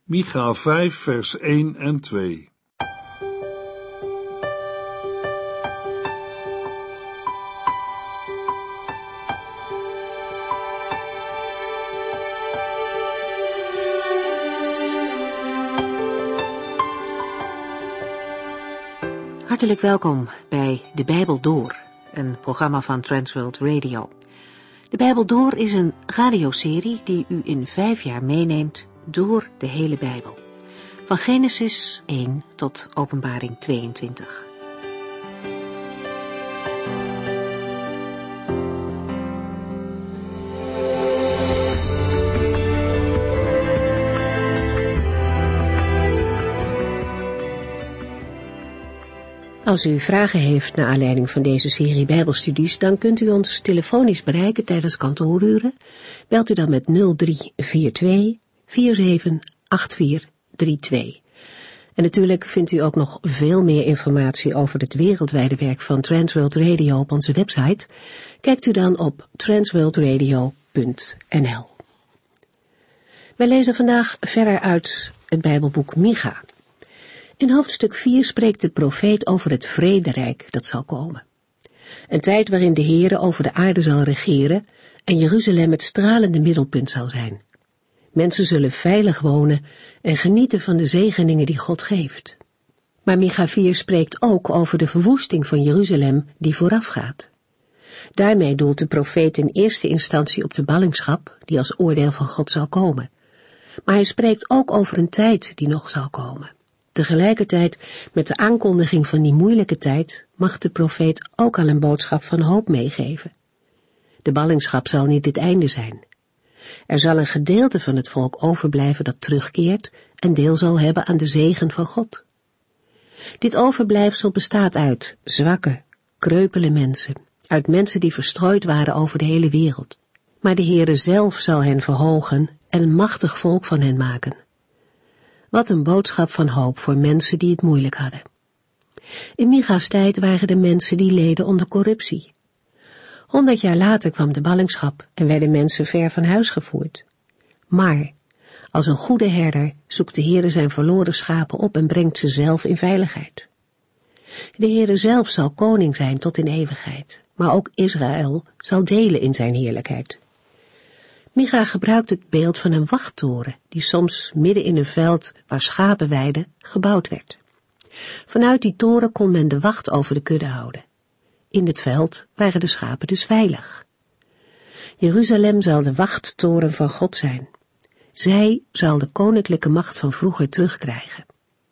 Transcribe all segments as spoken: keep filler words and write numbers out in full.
Micha vijf vers één en twee. Hartelijk welkom bij De Bijbel Door, een programma van Transworld Radio. De Bijbel Door is een radioserie die u in vijf jaar meeneemt door de hele Bijbel. Van Genesis één tot Openbaring tweeëntwintig. Als u vragen heeft naar aanleiding van deze serie Bijbelstudies, dan kunt u ons telefonisch bereiken tijdens kantooruren. Belt u dan met nul drie vier twee vier zeven acht vier drie twee. En natuurlijk vindt u ook nog veel meer informatie over het wereldwijde werk van Transworld Radio op onze website. Kijkt u dan op transworld radio punt n l. Wij lezen vandaag verder uit het Bijbelboek Micha. In hoofdstuk vier spreekt de profeet over het vrederijk dat zal komen. Een tijd waarin de Heere over de aarde zal regeren en Jeruzalem het stralende middelpunt zal zijn. Mensen zullen veilig wonen en genieten van de zegeningen die God geeft. Maar Micha vier spreekt ook over de verwoesting van Jeruzalem die voorafgaat. Daarmee doelt de profeet in eerste instantie op de ballingschap die als oordeel van God zal komen. Maar hij spreekt ook over een tijd die nog zal komen. Tegelijkertijd, met de aankondiging van die moeilijke tijd, mag de profeet ook al een boodschap van hoop meegeven. De ballingschap zal niet het einde zijn. Er zal een gedeelte van het volk overblijven dat terugkeert en deel zal hebben aan de zegen van God. Dit overblijfsel bestaat uit zwakke, kreupele mensen, uit mensen die verstrooid waren over de hele wereld. Maar de Heere zelf zal hen verhogen en een machtig volk van hen maken. Wat een boodschap van hoop voor mensen die het moeilijk hadden. In Micha's tijd waren de mensen die leden onder corruptie. Honderd jaar later kwam de ballingschap en werden mensen ver van huis gevoerd. Maar, als een goede herder zoekt de Heere zijn verloren schapen op en brengt ze zelf in veiligheid. De Heere zelf zal koning zijn tot in eeuwigheid, maar ook Israël zal delen in zijn heerlijkheid. Micha gebruikt het beeld van een wachttoren die soms midden in een veld waar schapen weiden gebouwd werd. Vanuit die toren kon men de wacht over de kudde houden. In het veld waren de schapen dus veilig. Jeruzalem zal de wachttoren van God zijn. Zij zal de koninklijke macht van vroeger terugkrijgen.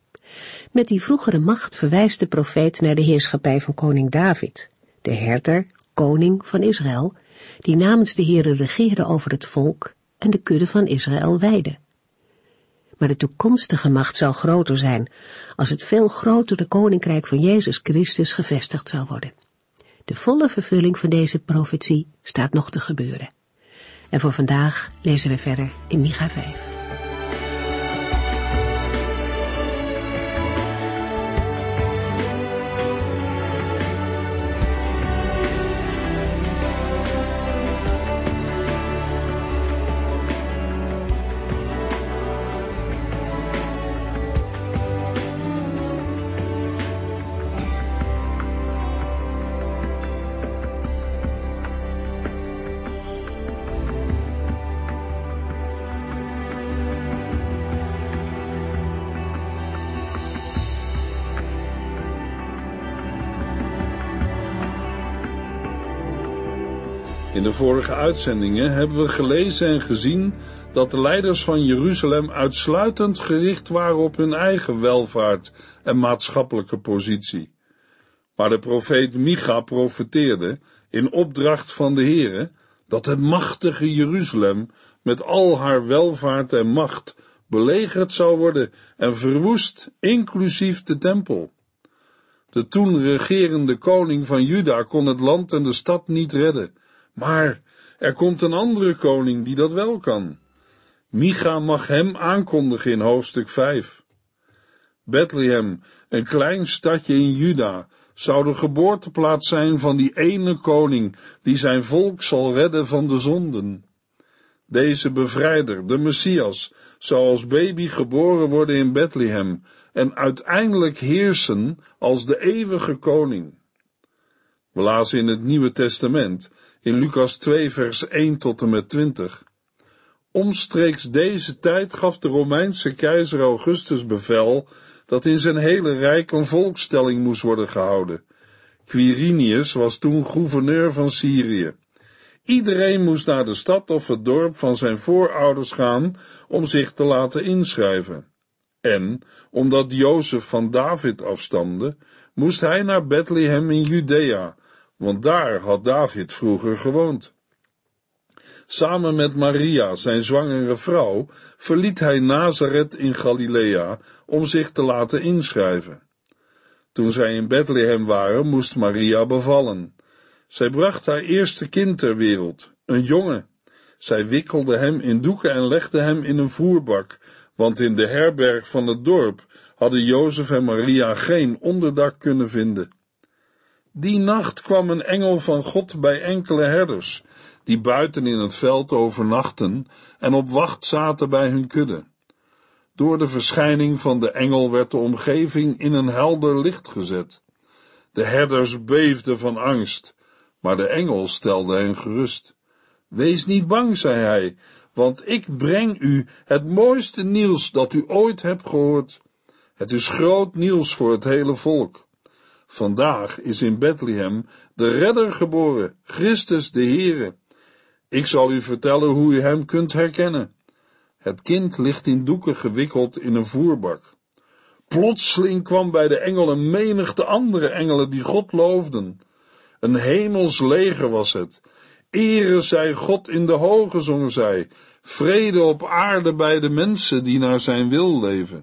Met die vroegere macht verwijst de profeet naar de heerschappij van koning David, de herder, koning van Israël, die namens de Heere regeerde over het volk en de kudde van Israël weidde. Maar de toekomstige macht zal groter zijn, als het veel grotere koninkrijk van Jezus Christus gevestigd zal worden. De volle vervulling van deze profetie staat nog te gebeuren. En voor vandaag lezen we verder in Micha vijf. In de vorige uitzendingen hebben we gelezen en gezien dat de leiders van Jeruzalem uitsluitend gericht waren op hun eigen welvaart en maatschappelijke positie. Maar de profeet Micha profeteerde in opdracht van de Heere dat het machtige Jeruzalem met al haar welvaart en macht belegerd zou worden en verwoest, inclusief de tempel. De toen regerende koning van Juda kon het land en de stad niet redden. Maar er komt een andere koning die dat wel kan. Micha mag hem aankondigen in hoofdstuk vijf. Bethlehem, een klein stadje in Juda, zou de geboorteplaats zijn van die ene koning die zijn volk zal redden van de zonden. Deze bevrijder, de Messias, zou als baby geboren worden in Bethlehem en uiteindelijk heersen als de eeuwige koning. We lazen in het Nieuwe Testament, in Lucas twee vers één tot en met twintig. Omstreeks deze tijd gaf de Romeinse keizer Augustus bevel dat in zijn hele rijk een volkstelling moest worden gehouden. Quirinius was toen gouverneur van Syrië. Iedereen moest naar de stad of het dorp van zijn voorouders gaan om zich te laten inschrijven. En, omdat Jozef van David afstamde, moest hij naar Bethlehem in Judea, want daar had David vroeger gewoond. Samen met Maria, zijn zwangere vrouw, verliet hij Nazareth in Galilea om zich te laten inschrijven. Toen zij in Bethlehem waren, moest Maria bevallen. Zij bracht haar eerste kind ter wereld, een jongen. Zij wikkelde hem in doeken en legde hem in een voerbak, want in de herberg van het dorp hadden Jozef en Maria geen onderdak kunnen vinden. Die nacht kwam een engel van God bij enkele herders, die buiten in het veld overnachten en op wacht zaten bij hun kudde. Door de verschijning van de engel werd de omgeving in een helder licht gezet. De herders beefden van angst, maar de engel stelde hen gerust. Wees niet bang, zei hij, want ik breng u het mooiste nieuws dat u ooit hebt gehoord. Het is groot nieuws voor het hele volk. Vandaag is in Bethlehem de redder geboren, Christus de Heere. Ik zal u vertellen hoe u hem kunt herkennen. Het kind ligt in doeken gewikkeld in een voerbak. Plotseling kwam bij de engel een menigte andere engelen die God loofden. Een hemels leger was het. Ere zij God in de hoge, zongen zij. Vrede op aarde bij de mensen die naar zijn wil leven.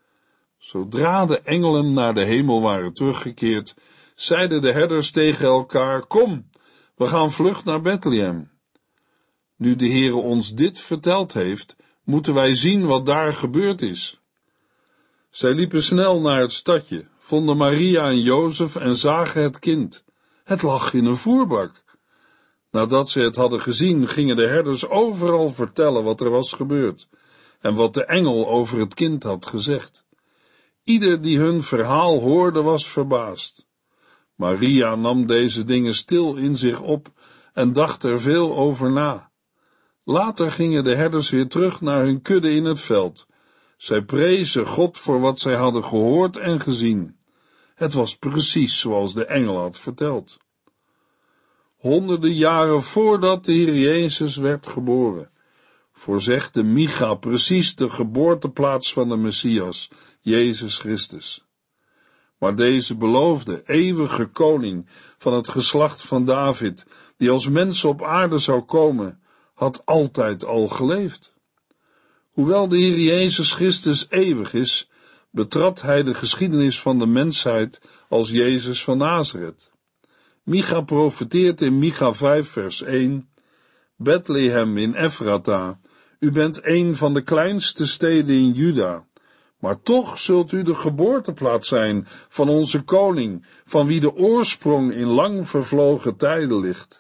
Zodra de engelen naar de hemel waren teruggekeerd, zeiden de herders tegen elkaar: Kom, we gaan vlug naar Bethlehem. Nu de Heere ons dit verteld heeft, moeten wij zien wat daar gebeurd is. Zij liepen snel naar het stadje, vonden Maria en Jozef en zagen het kind. Het lag in een voerbak. Nadat ze het hadden gezien, gingen de herders overal vertellen wat er was gebeurd en wat de engel over het kind had gezegd. Ieder die hun verhaal hoorde was verbaasd. Maria nam deze dingen stil in zich op en dacht er veel over na. Later gingen de herders weer terug naar hun kudde in het veld. Zij prezen God voor wat zij hadden gehoord en gezien. Het was precies zoals de engel had verteld. Honderden jaren voordat de Heer Jezus werd geboren, voorzegde Micha precies de geboorteplaats van de Messias, Jezus Christus. Maar deze beloofde, eeuwige koning van het geslacht van David, die als mens op aarde zou komen, had altijd al geleefd. Hoewel de Heer Jezus Christus eeuwig is, betrad hij de geschiedenis van de mensheid als Jezus van Nazareth. Micha profeteert in Micha vijf vers één, Bethlehem in Efrata, u bent een van de kleinste steden in Juda, maar toch zult u de geboorteplaats zijn van onze koning, van wie de oorsprong in lang vervlogen tijden ligt.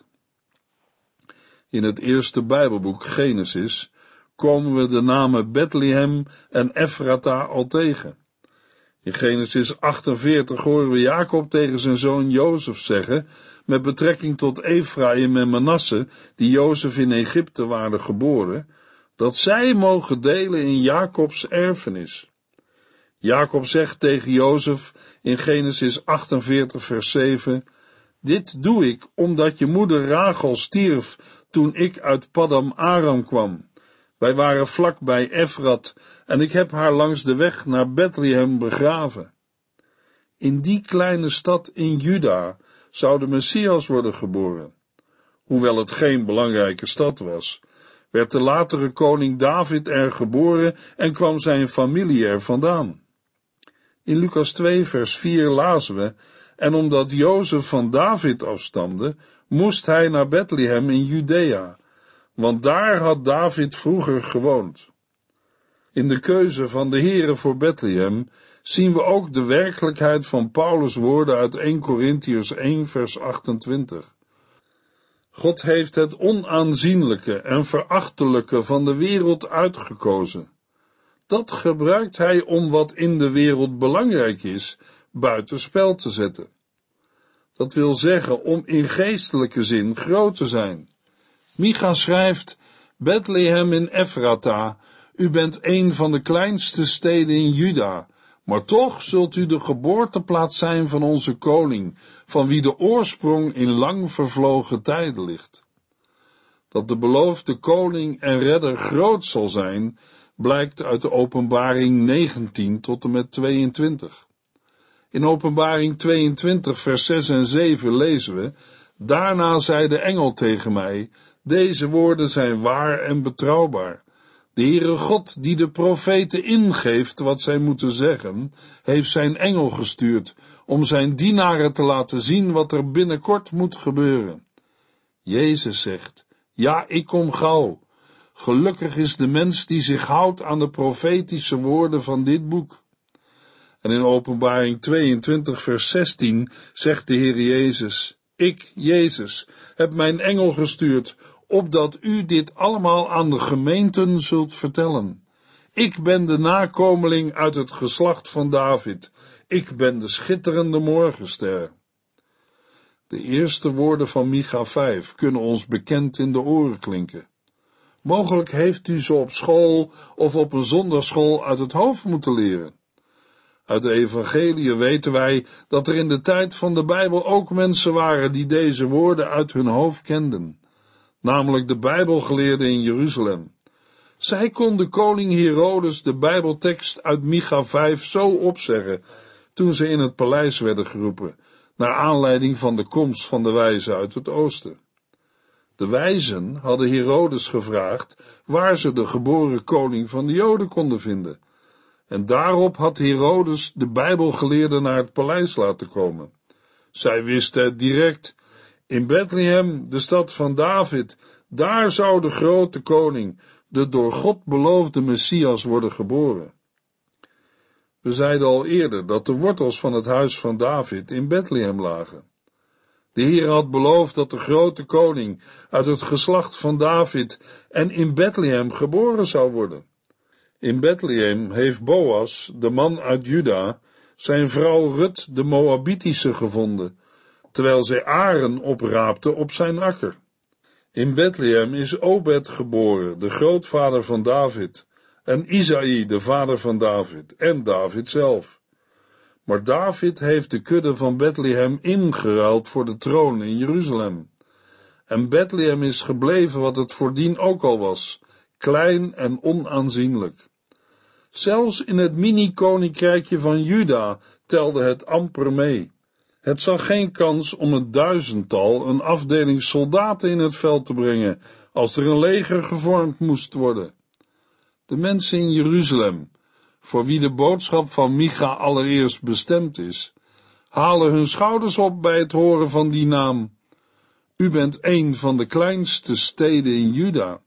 In het eerste Bijbelboek Genesis komen we de namen Bethlehem en Efrata al tegen. In Genesis achtenveertig horen we Jacob tegen zijn zoon Jozef zeggen, met betrekking tot Efraïm en Manasse, die Jozef in Egypte waren geboren, dat zij mogen delen in Jacobs erfenis. Jacob zegt tegen Jozef in Genesis achtenveertig vers zeven, dit doe ik omdat je moeder Rachel stierf toen ik uit Paddan Aram kwam. Wij waren vlak bij Efrat en ik heb haar langs de weg naar Bethlehem begraven. In die kleine stad in Juda zou de Messias worden geboren. Hoewel het geen belangrijke stad was, werd de latere koning David er geboren en kwam zijn familie er vandaan. In Lucas twee vers vier lazen we, en omdat Jozef van David afstamde, moest hij naar Bethlehem in Judea, want daar had David vroeger gewoond. In de keuze van de Heere voor Bethlehem zien we ook de werkelijkheid van Paulus' woorden uit eerste Korintiërs één vers achtentwintig. God heeft het onaanzienlijke en verachtelijke van de wereld uitgekozen. Dat gebruikt hij om wat in de wereld belangrijk is, buitenspel te zetten. Dat wil zeggen om in geestelijke zin groot te zijn. Micha schrijft, Bethlehem in Efrata, u bent een van de kleinste steden in Juda, maar toch zult u de geboorteplaats zijn van onze koning, van wie de oorsprong in lang vervlogen tijden ligt. Dat de beloofde koning en redder groot zal zijn, blijkt uit de Openbaring negentien tot en met tweeëntwintig. In Openbaring tweeëntwintig vers zes en zeven lezen we, daarna zei de engel tegen mij, deze woorden zijn waar en betrouwbaar. De Heere God, die de profeten ingeeft wat zij moeten zeggen, heeft zijn engel gestuurd, om zijn dienaren te laten zien wat er binnenkort moet gebeuren. Jezus zegt, ja, ik kom gauw. Gelukkig is de mens die zich houdt aan de profetische woorden van dit boek. En in Openbaring tweeëntwintig vers zestien zegt de Heer Jezus, ik, Jezus, heb mijn engel gestuurd, opdat u dit allemaal aan de gemeenten zult vertellen. Ik ben de nakomeling uit het geslacht van David. Ik ben de schitterende morgenster. De eerste woorden van Micha vijf kunnen ons bekend in de oren klinken. Mogelijk heeft u ze op school of op een zondagschool uit het hoofd moeten leren. Uit de evangeliën weten wij dat er in de tijd van de Bijbel ook mensen waren die deze woorden uit hun hoofd kenden, namelijk de Bijbelgeleerden in Jeruzalem. Zij konden koning Herodes de Bijbeltekst uit Micha vijf zo opzeggen toen ze in het paleis werden geroepen, naar aanleiding van de komst van de wijzen uit het oosten. De wijzen hadden Herodes gevraagd waar ze de geboren koning van de Joden konden vinden. En daarop had Herodes de Bijbelgeleerden naar het paleis laten komen. Zij wisten het direct. In Bethlehem, de stad van David, daar zou de grote koning, de door God beloofde Messias, worden geboren. We zeiden al eerder dat de wortels van het huis van David in Bethlehem lagen. De Heer had beloofd dat de grote koning uit het geslacht van David en in Bethlehem geboren zou worden. In Bethlehem heeft Boas, de man uit Juda, zijn vrouw Rut de Moabitische gevonden, terwijl zij aren opraapte op zijn akker. In Bethlehem is Obed geboren, de grootvader van David, en Isaï, de vader van David, en David zelf. Maar David heeft de kudde van Bethlehem ingeruild voor de troon in Jeruzalem. En Bethlehem is gebleven wat het voordien ook al was, klein en onaanzienlijk. Zelfs in het mini-koninkrijkje van Juda telde het amper mee. Het zag geen kans om het duizendtal, een afdeling soldaten in het veld te brengen, als er een leger gevormd moest worden. De mensen in Jeruzalem, voor wie de boodschap van Micha allereerst bestemd is, halen hun schouders op bij het horen van die naam. U bent een van de kleinste steden in Juda.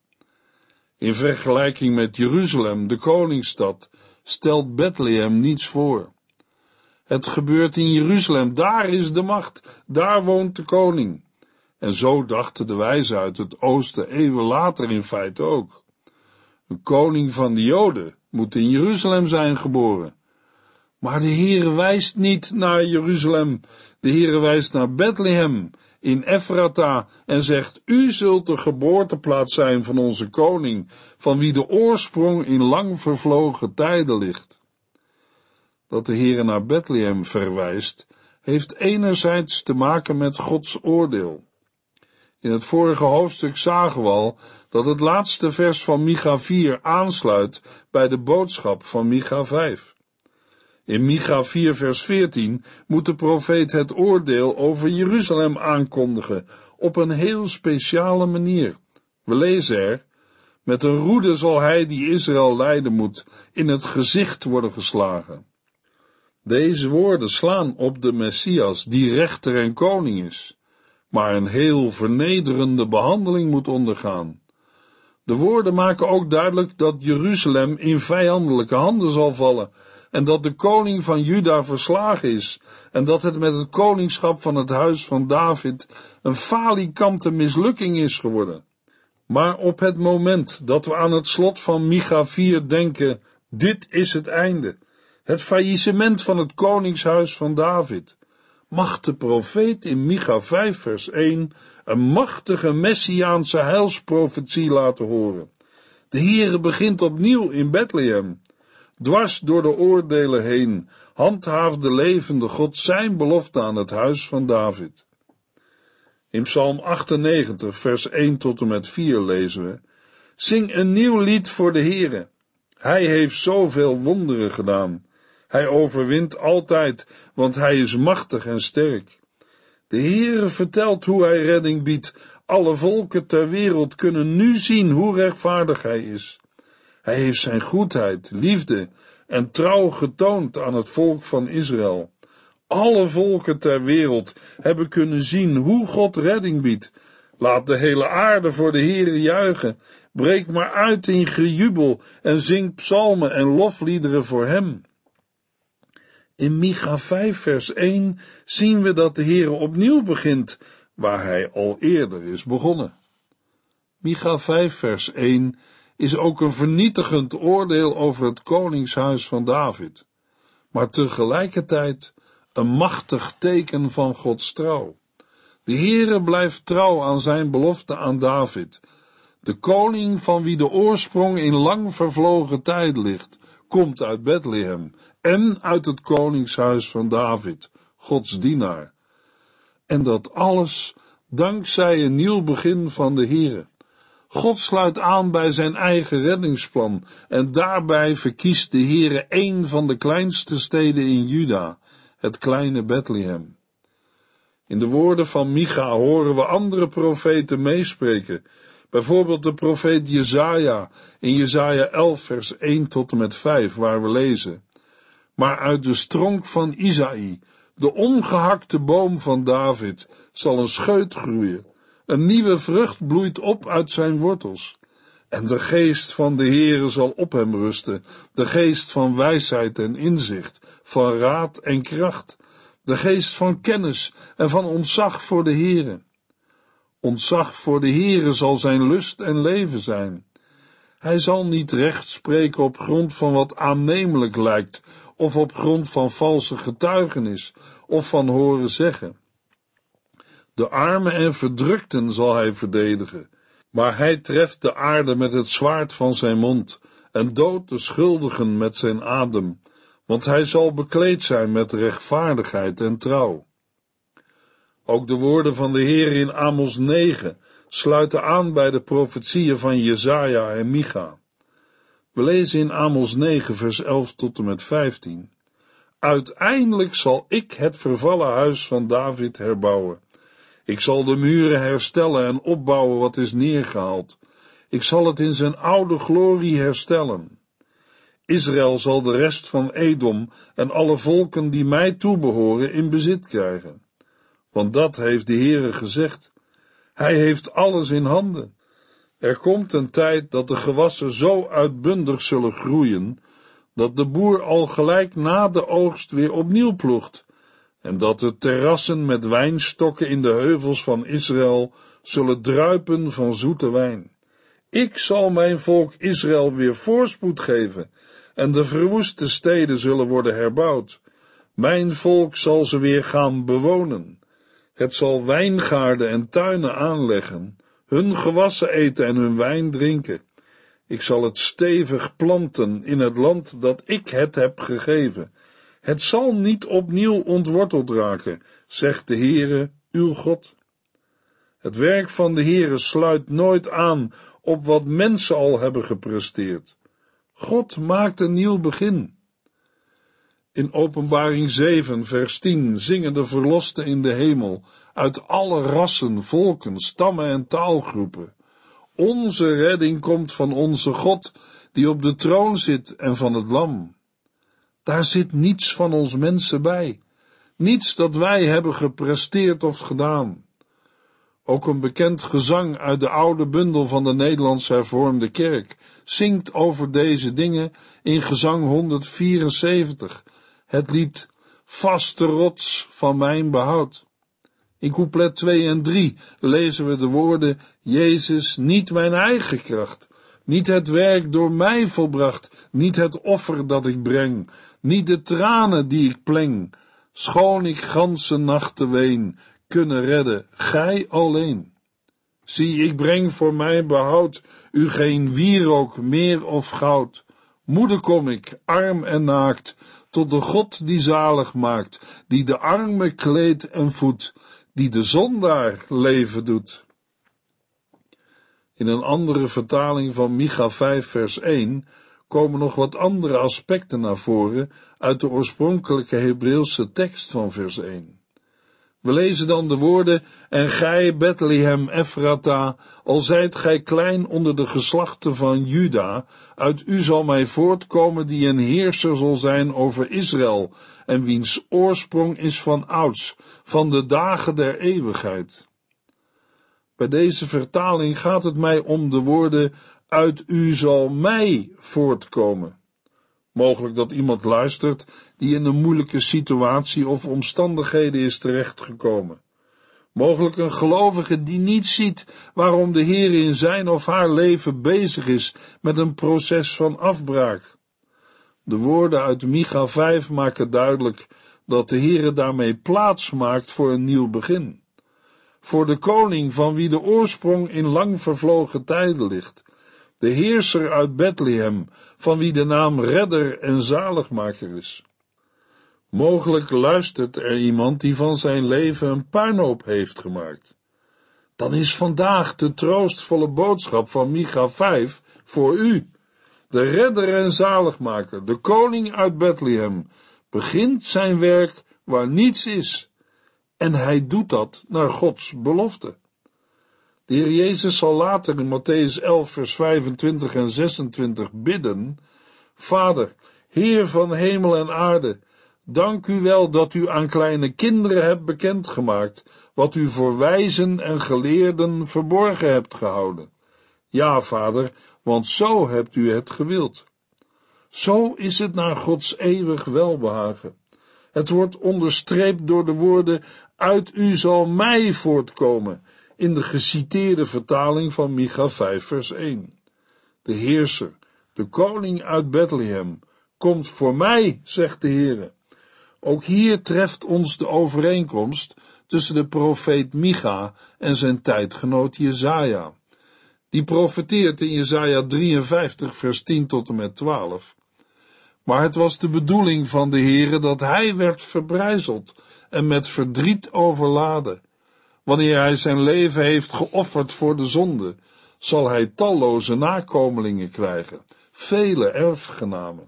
In vergelijking met Jeruzalem, de koningsstad, stelt Bethlehem niets voor. Het gebeurt in Jeruzalem, daar is de macht, daar woont de koning. En zo dachten de wijzen uit het oosten eeuwen later in feite ook. Een koning van de Joden moet in Jeruzalem zijn geboren. Maar de Heere wijst niet naar Jeruzalem, de Heere wijst naar Bethlehem in Efrata en zegt, u zult de geboorteplaats zijn van onze koning, van wie de oorsprong in lang vervlogen tijden ligt. Dat de Heere naar Bethlehem verwijst, heeft enerzijds te maken met Gods oordeel. In het vorige hoofdstuk zagen we al dat het laatste vers van Micha vier aansluit bij de boodschap van Micha vijf. In Micha vier vers veertien moet de profeet het oordeel over Jeruzalem aankondigen op een heel speciale manier. We lezen er, met een roede zal hij die Israël leiden moet, in het gezicht worden geslagen. Deze woorden slaan op de Messias, die rechter en koning is, maar een heel vernederende behandeling moet ondergaan. De woorden maken ook duidelijk dat Jeruzalem in vijandelijke handen zal vallen, en dat de koning van Juda verslagen is, en dat het met het koningschap van het huis van David een falikante mislukking is geworden. Maar op het moment dat we aan het slot van Micha vier denken, dit is het einde, het faillissement van het koningshuis van David, mag de profeet in Micha vijf vers één een machtige messiaanse heilsprofetie laten horen. De Heere begint opnieuw in Bethlehem. Dwars door de oordelen heen handhaaft de levende God zijn belofte aan het huis van David. In Psalm achtennegentig vers één tot en met vier lezen we: Zing een nieuw lied voor de Heere. Hij heeft zoveel wonderen gedaan. Hij overwint altijd, want hij is machtig en sterk. De Heere vertelt hoe hij redding biedt. Alle volken ter wereld kunnen nu zien hoe rechtvaardig hij is. Hij heeft zijn goedheid, liefde en trouw getoond aan het volk van Israël. Alle volken ter wereld hebben kunnen zien hoe God redding biedt. Laat de hele aarde voor de Heere juichen. Breek maar uit in gejubel en zing psalmen en lofliederen voor hem. In Micha vijf vers één zien we dat de Heere opnieuw begint waar hij al eerder is begonnen. Micha vijf vers één is ook een vernietigend oordeel over het koningshuis van David, maar tegelijkertijd een machtig teken van Gods trouw. De Heere blijft trouw aan zijn belofte aan David. De koning van wie de oorsprong in lang vervlogen tijd ligt, komt uit Bethlehem en uit het koningshuis van David, Gods dienaar. En dat alles dankzij een nieuw begin van de Heere. God sluit aan bij zijn eigen reddingsplan en daarbij verkiest de Heere een van de kleinste steden in Juda, het kleine Bethlehem. In de woorden van Micha horen we andere profeten meespreken, bijvoorbeeld de profeet Jesaja in Jesaja elf vers één tot en met vijf, waar we lezen: Maar uit de stronk van Isaï, de omgehakte boom van David, zal een scheut groeien. Een nieuwe vrucht bloeit op uit zijn wortels. En de geest van de Heere zal op hem rusten, de geest van wijsheid en inzicht, van raad en kracht, de geest van kennis en van ontzag voor de Heere. Ontzag voor de Heere zal zijn lust en leven zijn. Hij zal niet recht spreken op grond van wat aannemelijk lijkt, of op grond van valse getuigenis, of van horen zeggen. De armen en verdrukten zal hij verdedigen, maar hij treft de aarde met het zwaard van zijn mond en doodt de schuldigen met zijn adem, want hij zal bekleed zijn met rechtvaardigheid en trouw. Ook de woorden van de Heer in Amos negen sluiten aan bij de profetieën van Jesaja en Micha. We lezen in Amos negen vers elf tot en met vijftien. Uiteindelijk zal ik het vervallen huis van David herbouwen. Ik zal de muren herstellen en opbouwen wat is neergehaald. Ik zal het in zijn oude glorie herstellen. Israël zal de rest van Edom en alle volken die mij toebehoren in bezit krijgen. Want dat heeft de Heere gezegd. Hij heeft alles in handen. Er komt een tijd dat de gewassen zo uitbundig zullen groeien, dat de boer al gelijk na de oogst weer opnieuw ploegt, en dat de terrassen met wijnstokken in de heuvels van Israël zullen druipen van zoete wijn. Ik zal mijn volk Israël weer voorspoed geven, en de verwoeste steden zullen worden herbouwd. Mijn volk zal ze weer gaan bewonen. Het zal wijngaarden en tuinen aanleggen, hun gewassen eten en hun wijn drinken. Ik zal het stevig planten in het land dat ik het heb gegeven. Het zal niet opnieuw ontworteld raken, zegt de Heere, uw God. Het werk van de Heere sluit nooit aan op wat mensen al hebben gepresteerd. God maakt een nieuw begin. In Openbaring zeven vers tien zingen de verlosten in de hemel uit alle rassen, volken, stammen en taalgroepen. Onze redding komt van onze God, die op de troon zit, en van het Lam. Daar zit niets van ons mensen bij, niets dat wij hebben gepresteerd of gedaan. Ook een bekend gezang uit de oude bundel van de Nederlands Hervormde Kerk zingt over deze dingen in gezang honderdvierenzeventig, het lied Vaste rots van mijn behoud. In couplet twee en drie lezen we de woorden, Jezus, niet mijn eigen kracht, niet het werk door mij volbracht, niet het offer dat ik breng, niet de tranen die ik pleng, schoon ik ganse nachten ween, kunnen redden, gij alleen. Zie, ik breng voor mijn behoud u geen wierook meer of goud. Moede kom ik, arm en naakt, tot de God die zalig maakt, die de arme kleedt en voedt, die de zondaar leven doet. In een andere vertaling van Micha vijf vers één komen nog wat andere aspecten naar voren uit de oorspronkelijke Hebreeuwse tekst van vers één. We lezen dan de woorden, en gij, Bethlehem Ephrata, al zijt gij klein onder de geslachten van Juda, uit u zal mij voortkomen die een heerser zal zijn over Israël, en wiens oorsprong is van ouds, van de dagen der eeuwigheid. Bij deze vertaling gaat het mij om de woorden, uit u zal mij voortkomen. Mogelijk dat iemand luistert die in een moeilijke situatie of omstandigheden is terechtgekomen. Mogelijk een gelovige die niet ziet waarom de Heer in zijn of haar leven bezig is met een proces van afbraak. De woorden uit Micha vijf maken duidelijk dat de Heer daarmee plaats maakt voor een nieuw begin. Voor de koning van wie de oorsprong in lang vervlogen tijden ligt. De heerser uit Bethlehem, van wie de naam redder en zaligmaker is. Mogelijk luistert er iemand die van zijn leven een puinhoop heeft gemaakt. Dan is vandaag de troostvolle boodschap van Micha vijf voor u. De redder en zaligmaker, de koning uit Bethlehem, begint zijn werk waar niets is. En hij doet dat naar Gods belofte. De Heer Jezus zal later in Mattheüs elf vers vijfentwintig en zesentwintig bidden, Vader, Heer van hemel en aarde, dank u wel dat u aan kleine kinderen hebt bekendgemaakt, wat u voor wijzen en geleerden verborgen hebt gehouden. Ja, Vader, want zo hebt u het gewild. Zo is het naar Gods eeuwig welbehagen. Het wordt onderstreept door de woorden, uit u zal mij voortkomen, in de geciteerde vertaling van Micha vijf vers één. De heerser, de koning uit Bethlehem, komt voor mij, zegt de Heere. Ook hier treft ons de overeenkomst tussen de profeet Micha en zijn tijdgenoot Jesaja. Die profeteert in Jesaja drieënvijftig vers tien tot en met twaalf. Maar het was de bedoeling van de Heere dat hij werd verbrijzeld en met verdriet overladen. Wanneer hij zijn leven heeft geofferd voor de zonde, zal hij talloze nakomelingen krijgen, vele erfgenamen.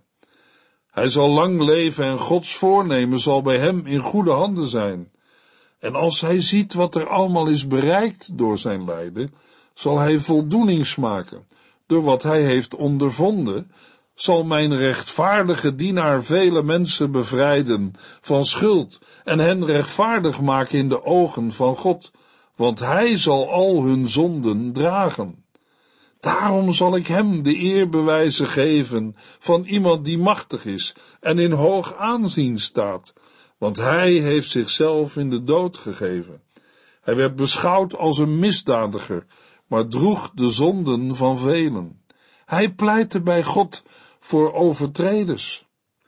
Hij zal lang leven en Gods voornemen zal bij hem in goede handen zijn. En als hij ziet wat er allemaal is bereikt door zijn lijden, zal hij voldoening smaken. Door wat hij heeft ondervonden, zal mijn rechtvaardige dienaar vele mensen bevrijden van schuld en hen rechtvaardig maken in de ogen van God, want hij zal al hun zonden dragen. Daarom zal ik hem de eerbewijzen geven van iemand die machtig is en in hoog aanzien staat, want hij heeft zichzelf in de dood gegeven. Hij werd beschouwd als een misdadiger, maar droeg de zonden van velen. Hij pleitte bij God voor overtreders.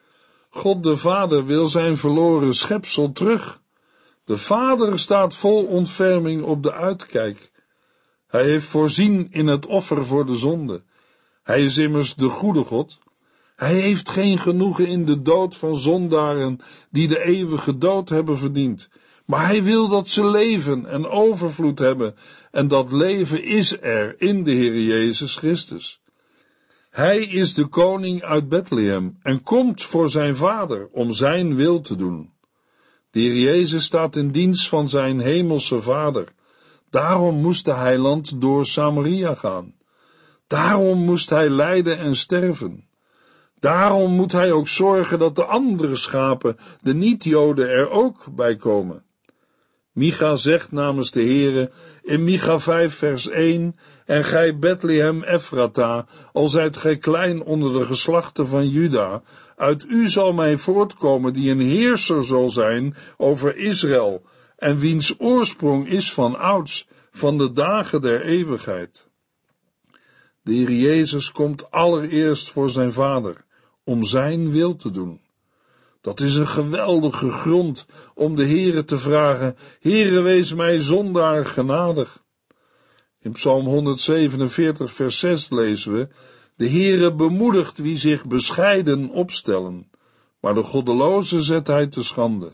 God de Vader wil zijn verloren schepsel terug. De Vader staat vol ontferming op de uitkijk. Hij heeft voorzien in het offer voor de zonde. Hij is immers de goede God. Hij heeft geen genoegen in de dood van zondaren die de eeuwige dood hebben verdiend. Maar hij wil dat ze leven en overvloed hebben. En dat leven is er in de Heer Jezus Christus. Hij is de koning uit Bethlehem en komt voor zijn vader om zijn wil te doen. De Heer Jezus staat in dienst van zijn hemelse vader. Daarom moest de heiland door Samaria gaan. Daarom moest hij lijden en sterven. Daarom moet hij ook zorgen dat de andere schapen, de niet-Joden, er ook bij komen. Micha zegt namens de Heere in Micha vijf vers één, En gij Bethlehem Ephrata, al zijt gij klein onder de geslachten van Juda, uit u zal mij voortkomen die een heerser zal zijn over Israël, en wiens oorsprong is van ouds, van de dagen der eeuwigheid. De Heer Jezus komt allereerst voor zijn Vader, om zijn wil te doen. Dat is een geweldige grond om de Heere te vragen: Heere, wees mij zondaar genadig. In Psalm honderdzevenenveertig vers zes lezen we: de Heere bemoedigt wie zich bescheiden opstellen, maar de goddeloze zet hij te schande.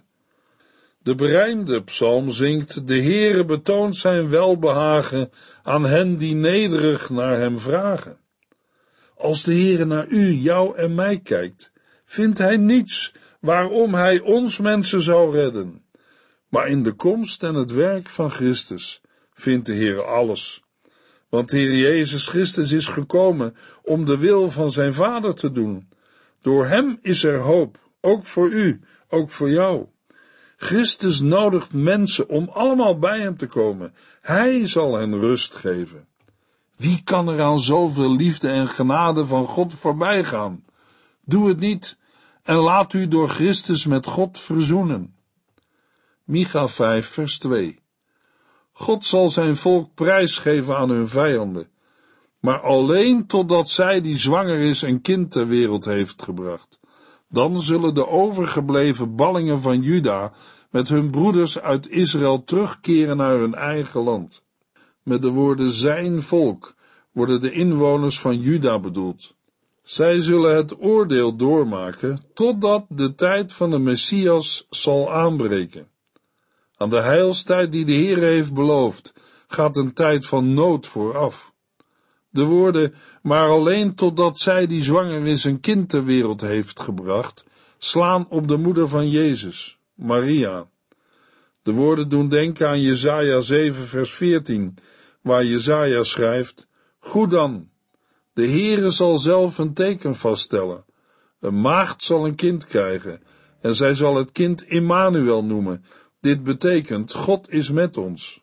De berijmde psalm zingt: de Heere betoont zijn welbehagen aan hen die nederig naar hem vragen. Als de Heere naar u, jou en mij kijkt, vindt hij niets waarom hij ons mensen zou redden. Maar in de komst en het werk van Christus vindt de Heere alles. Want de Heer Jezus Christus is gekomen om de wil van zijn Vader te doen. Door hem is er hoop, ook voor u, ook voor jou. Christus nodigt mensen om allemaal bij hem te komen. Hij zal hen rust geven. Wie kan er aan zoveel liefde en genade van God voorbij gaan? Doe het niet en laat u door Christus met God verzoenen. Micha vijf vers twee. God zal zijn volk prijsgeven aan hun vijanden, maar alleen totdat zij die zwanger is een kind ter wereld heeft gebracht. Dan zullen de overgebleven ballingen van Juda met hun broeders uit Israël terugkeren naar hun eigen land. Met de woorden zijn volk worden de inwoners van Juda bedoeld. Zij zullen het oordeel doormaken totdat de tijd van de Messias zal aanbreken. Aan de heilstijd die de Heer heeft beloofd, gaat een tijd van nood vooraf. De woorden, maar alleen totdat zij die zwanger is een kind ter wereld heeft gebracht, slaan op de moeder van Jezus, Maria. De woorden doen denken aan Jesaja zeven vers veertien, waar Jesaja schrijft: goed dan, de Heere zal zelf een teken vaststellen. Een maagd zal een kind krijgen, en zij zal het kind Immanuel noemen. Dit betekent, God is met ons.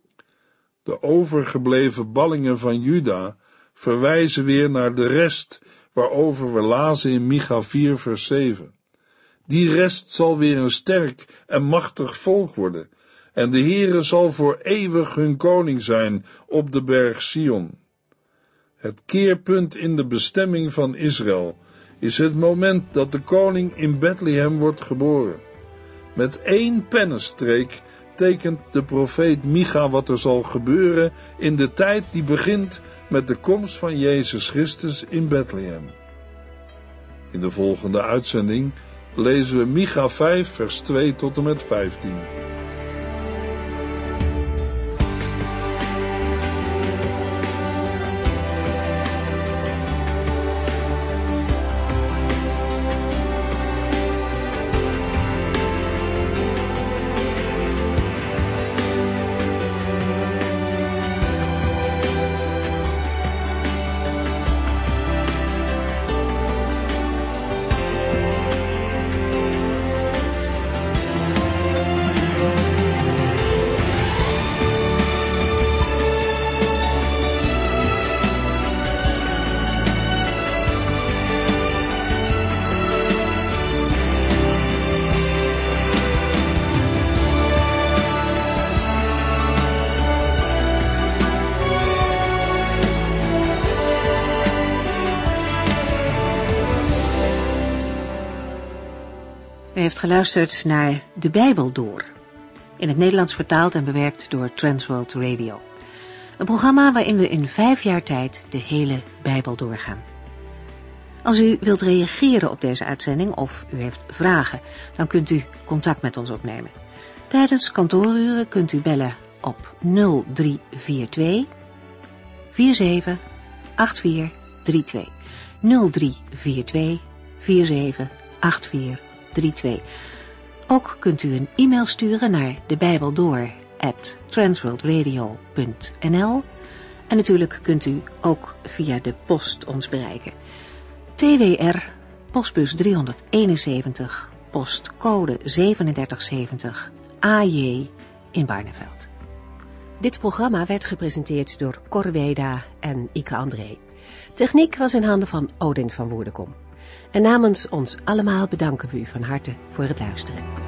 De overgebleven ballingen van Juda verwijzen weer naar de rest waarover we lazen in Micha vier vers zeven. Die rest zal weer een sterk en machtig volk worden, en de Heere zal voor eeuwig hun koning zijn op de berg Sion. Het keerpunt in de bestemming van Israël is het moment dat de koning in Bethlehem wordt geboren. Met één pennenstreek tekent de profeet Micha wat er zal gebeuren in de tijd die begint met de komst van Jezus Christus in Bethlehem. In de volgende uitzending lezen we Micha vijf vers twee tot en met vijftien. U heeft geluisterd naar De Bijbel Door, in het Nederlands vertaald en bewerkt door Transworld Radio. Een programma waarin we in vijf jaar tijd de hele Bijbel doorgaan. Als u wilt reageren op deze uitzending of u heeft vragen, dan kunt u contact met ons opnemen. Tijdens kantooruren kunt u bellen op nul drie vier twee vier zeven acht vier drie twee. nul drie vier twee vier zeven acht vier drie twee. Ook kunt u een e-mail sturen naar debijbeldoor at transworldradio punt n l en natuurlijk kunt u ook via de post ons bereiken. T W R, postbus driehonderdeenenzeventig, postcode drieënzeventig zeventig, A J in Barneveld. Dit programma werd gepresenteerd door Cor Weda en Ike André. Techniek was in handen van Odin van Woerdenkom. En namens ons allemaal bedanken we u van harte voor het luisteren.